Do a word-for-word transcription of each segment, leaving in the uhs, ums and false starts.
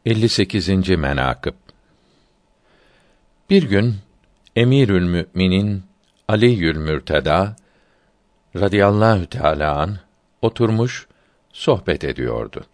elli sekizinci menakıb. Bir gün Emirül Müminin Ali'ül Mürteda radıyallahu teâlâ anh oturmuş sohbet ediyordu.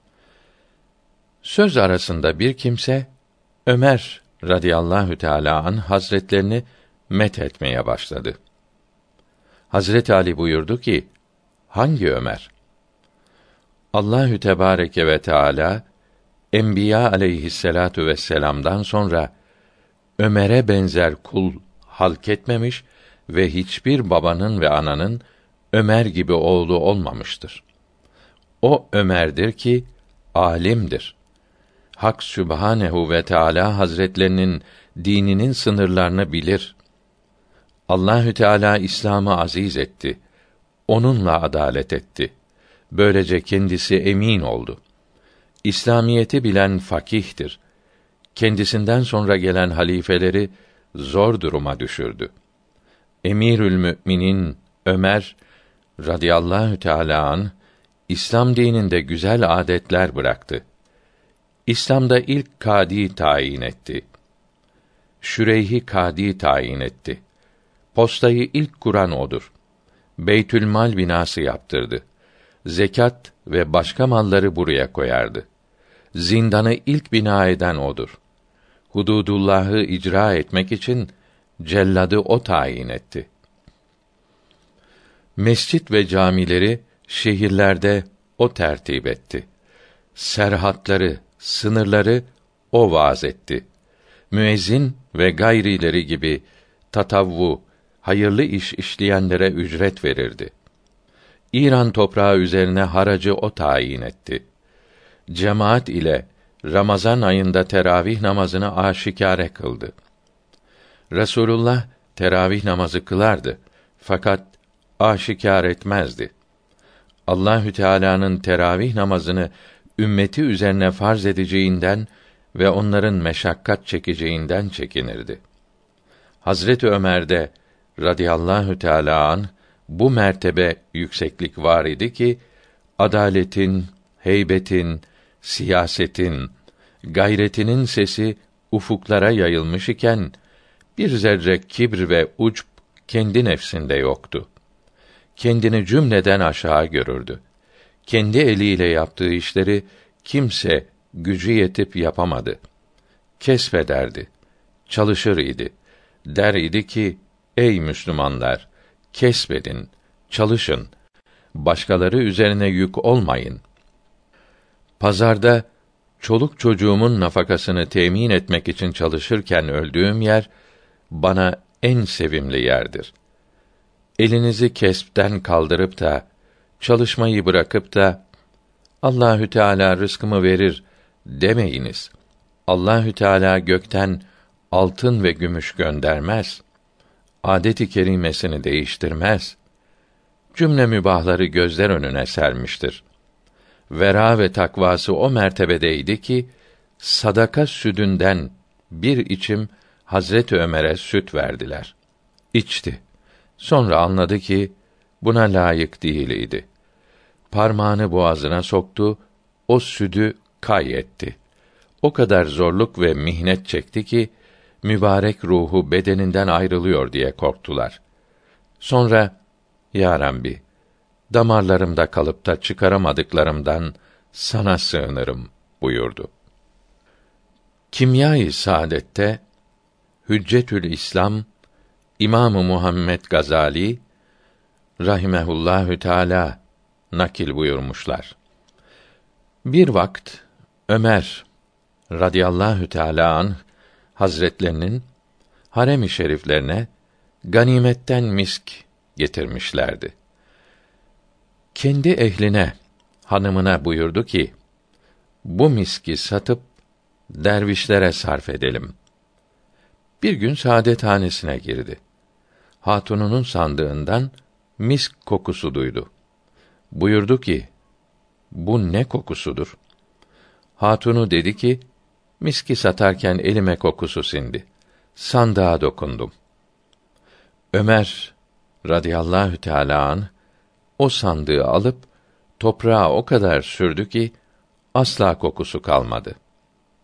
Söz arasında bir kimse Ömer radıyallahu teâlâ anh hazretlerini met etmeye başladı. Hazreti Ali buyurdu ki: Hangi Ömer? Allahü Tebareke ve Teâlâ Enbiya aleyhisselatu vesselam'dan sonra Ömer'e benzer kul halk etmemiş ve hiçbir babanın ve ananın Ömer gibi oğlu olmamıştır. O Ömer'dir ki âlimdir. Hak Sübhanehu ve Teâlâ Hazretlerinin dininin sınırlarını bilir. Allahü Teâlâ İslam'ı aziz etti. Onunla adalet etti. Böylece kendisi emin oldu. İslamiyeti bilen fakihtir. Kendisinden sonra gelen halifeleri zor duruma düşürdü. Emirül Müminin Ömer radıyallahu teâlâ anh İslam dininde güzel adetler bıraktı. İslam'da ilk kâdi tayin etti. Şüreyh'i kâdi tayin etti. Postayı ilk kuran odur. Beytülmal binası yaptırdı. Zekat ve başka malları buraya koyardı. Zindanı ilk bina eden odur. Hududullah'ı icra etmek için celladı o tayin etti. Mescit ve camileri şehirlerde o tertip etti. Serhatları, sınırları o vaaz etti. Müezzin ve gayrileri gibi tatavvu, hayırlı iş işleyenlere ücret verirdi. İran toprağı üzerine haracı o tayin etti. Cemaat ile Ramazan ayında teravih namazını aşikâre kıldı. Resulullah teravih namazı kılardı fakat aşikâr etmezdi. Allahü Teâlâ'nın teravih namazını ümmeti üzerine farz edeceğinden ve onların meşakkat çekeceğinden çekinirdi. Hazreti Ömer'de radıyallahu teâlâ anh bu mertebe yükseklik var idi ki adaletin, heybetin, siyasetin, gayretinin sesi ufuklara yayılmış iken bir zerre kibr ve ucb kendi nefsinde yoktu. Kendini cümleden aşağı görürdü. Kendi eliyle yaptığı işleri kimse gücü yetip yapamadı. Kesbederdi, çalışır idi. Der idi ki, ey Müslümanlar, kesbedin, çalışın. Başkaları üzerine yük olmayın. Pazarda çoluk çocuğumun nafakasını temin etmek için çalışırken öldüğüm yer bana en sevimli yerdir. Elinizi kespten kaldırıp da çalışmayı bırakıp da Allahü Teala rızkımı verir demeyiniz. Allahü Teala gökten altın ve gümüş göndermez. Adet-i kerimesini değiştirmez. Cümle mübahları gözler önüne sermiştir. Vera ve takvası o mertebedeydi ki sadaka südünden bir içim Hazreti Ömer'e süt verdiler. İçti. Sonra anladı ki buna layık değildi. Parmağını boğazına soktu, o südü kay etti. O kadar zorluk ve mihnet çekti ki mübarek ruhu bedeninden ayrılıyor diye korktular. Sonra ya Rabbi, damarlarımda kalıp da çıkaramadıklarımdan sana sığınırım buyurdu. Kimya-i Saadet'te Hüccetül İslam İmam-ı Muhammed Gazali rahimehullahü teâlâ nakil buyurmuşlar. Bir vakt Ömer radıyallahu teâlâ anh hazretlerinin harem-i şeriflerine ganimetten misk getirmişlerdi. Kendi ehline, hanımına buyurdu ki, bu miski satıp dervişlere sarf edelim. Bir gün saadethanesine girdi. Hatununun sandığından misk kokusu duydu. Buyurdu ki, bu ne kokusudur? Hatunu dedi ki, miski satarken elime kokusu sindi. Sandığa dokundum. Ömer radıyallahu teâlâ anh o sandığı alıp toprağa o kadar sürdü ki asla kokusu kalmadı.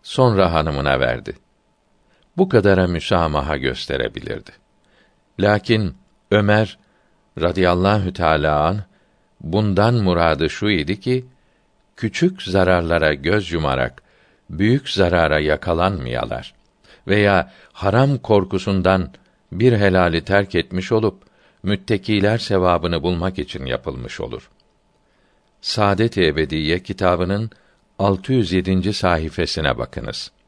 sonra hanımına verdi. Bu kadara müsamaha gösterebilirdi. Lakin Ömer radıyallahu teâlâ anh, bundan muradı şu idi ki, küçük zararlara göz yumarak, büyük zarara yakalanmayalar veya haram korkusundan bir helali terk etmiş olup, müttekiler sevabını bulmak için yapılmış olur. Saadet-i Ebediyye kitabının altı yüz yedinci sayfasına bakınız.